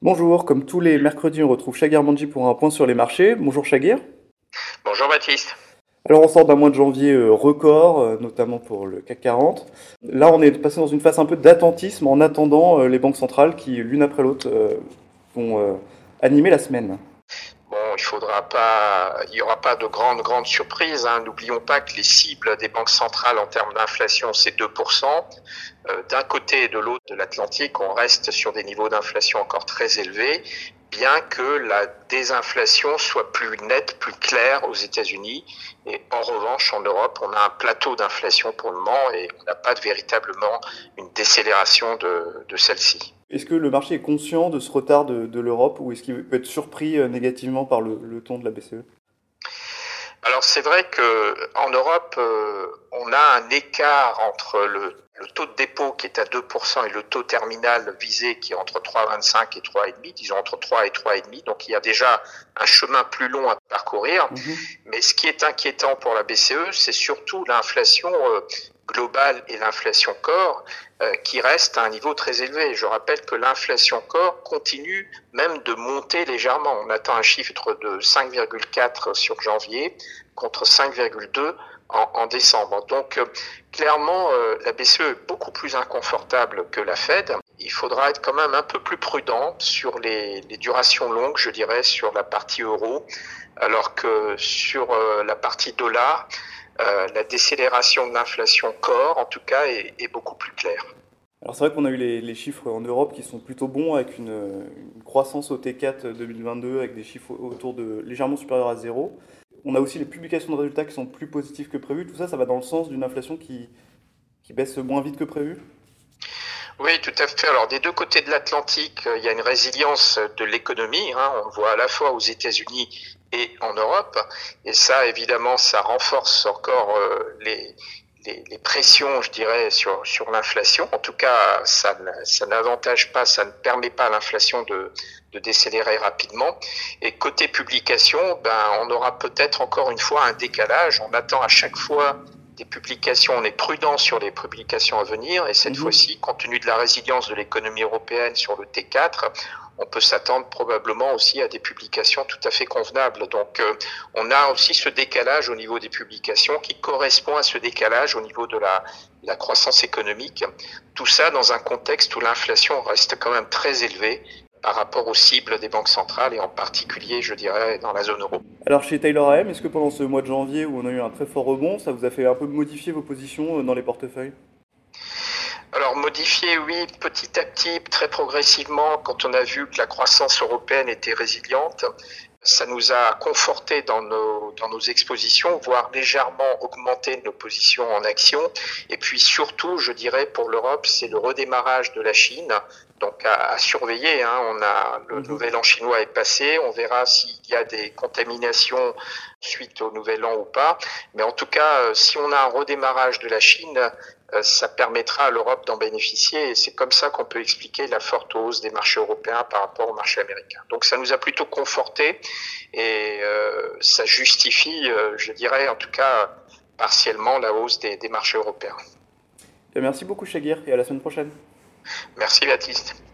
Bonjour, comme tous les mercredis, on retrouve Shagir Manji pour un point sur les marchés. Bonjour Shagir. Bonjour Baptiste. Alors on sort d'un mois de janvier record, notamment pour le CAC 40. Là on est passé dans une phase un peu d'attentisme en attendant les banques centrales qui, l'une après l'autre, vont animer la semaine. Bon, il n'y aura pas de grandes surprises, hein. N'oublions pas que les cibles des banques centrales en termes d'inflation, c'est 2%. D'un côté et de l'autre de l'Atlantique, on reste sur des niveaux d'inflation encore très élevés, bien que la désinflation soit plus nette, plus claire aux États-Unis. Et en revanche, en Europe, on a un plateau d'inflation pour le moment et on n'a pas véritablement une décélération de celle-ci. Est-ce que le marché est conscient de ce retard de l'Europe ou est-ce qu'il peut être surpris négativement par le ton de la BCE? Alors c'est vrai que en Europe, on a un écart entre le taux de dépôt qui est à 2% et le taux terminal visé qui est entre 3,25 et 3,5, disons entre 3 et 3,5. Donc il y a déjà un chemin plus long à parcourir. Mais ce qui est inquiétant pour la BCE, c'est surtout l'inflation globale et l'inflation corps qui reste à un niveau très élevé. Je rappelle que l'inflation corps continue même de monter légèrement. On attend un chiffre de 5,4 sur janvier contre 5,2 en décembre. Donc clairement, la BCE est beaucoup plus inconfortable que la Fed. Il faudra être quand même un peu plus prudent sur les durations longues, je dirais, sur la partie euro, alors que sur la partie dollar, la décélération de l'inflation corps, en tout cas, est beaucoup plus claire. Alors c'est vrai qu'on a eu les chiffres en Europe qui sont plutôt bons avec une croissance au T4 2022 avec des chiffres autour de légèrement supérieurs à zéro. On a aussi les publications de résultats qui sont plus positives que prévu. Tout ça, ça va dans le sens d'une inflation qui baisse moins vite que prévu. Oui, tout à fait. Alors, des deux côtés de l'Atlantique, il y a une résilience de l'économie, hein. On le voit à la fois aux États-Unis et en Europe. Et ça, évidemment, ça renforce encore les pressions, je dirais, sur l'inflation. En tout cas, ça n'avantage pas, ça ne permet pas à l'inflation de décélérer rapidement. Et côté publication, on aura peut-être encore une fois un décalage. On attend à chaque fois des publications, on est prudent sur les publications à venir et cette fois-ci, compte tenu de la résilience de l'économie européenne sur le T4, on peut s'attendre probablement aussi à des publications tout à fait convenables. Donc on a aussi ce décalage au niveau des publications qui correspond à ce décalage au niveau de la croissance économique. Tout ça dans un contexte où l'inflation reste quand même très élevée par rapport aux cibles des banques centrales et en particulier, je dirais, dans la zone euro. Alors chez Taylor AM, est-ce que pendant ce mois de janvier où on a eu un très fort rebond, ça vous a fait un peu modifier vos positions dans les portefeuilles? Alors modifier, oui, petit à petit, très progressivement, quand on a vu que la croissance européenne était résiliente, ça nous a conforté dans nos expositions, voire légèrement augmenté nos positions en action. Et puis surtout, je dirais pour l'Europe, c'est le redémarrage de la Chine. Donc à surveiller, hein. On a le nouvel an chinois est passé, on verra s'il y a des contaminations suite au nouvel an ou pas. Mais en tout cas, si on a un redémarrage de la Chine, ça permettra à l'Europe d'en bénéficier et c'est comme ça qu'on peut expliquer la forte hausse des marchés européens par rapport au marché américain. Donc ça nous a plutôt conforté et ça justifie, je dirais en tout cas partiellement la hausse des marchés européens. Merci beaucoup Shagir et à la semaine prochaine. Merci Baptiste.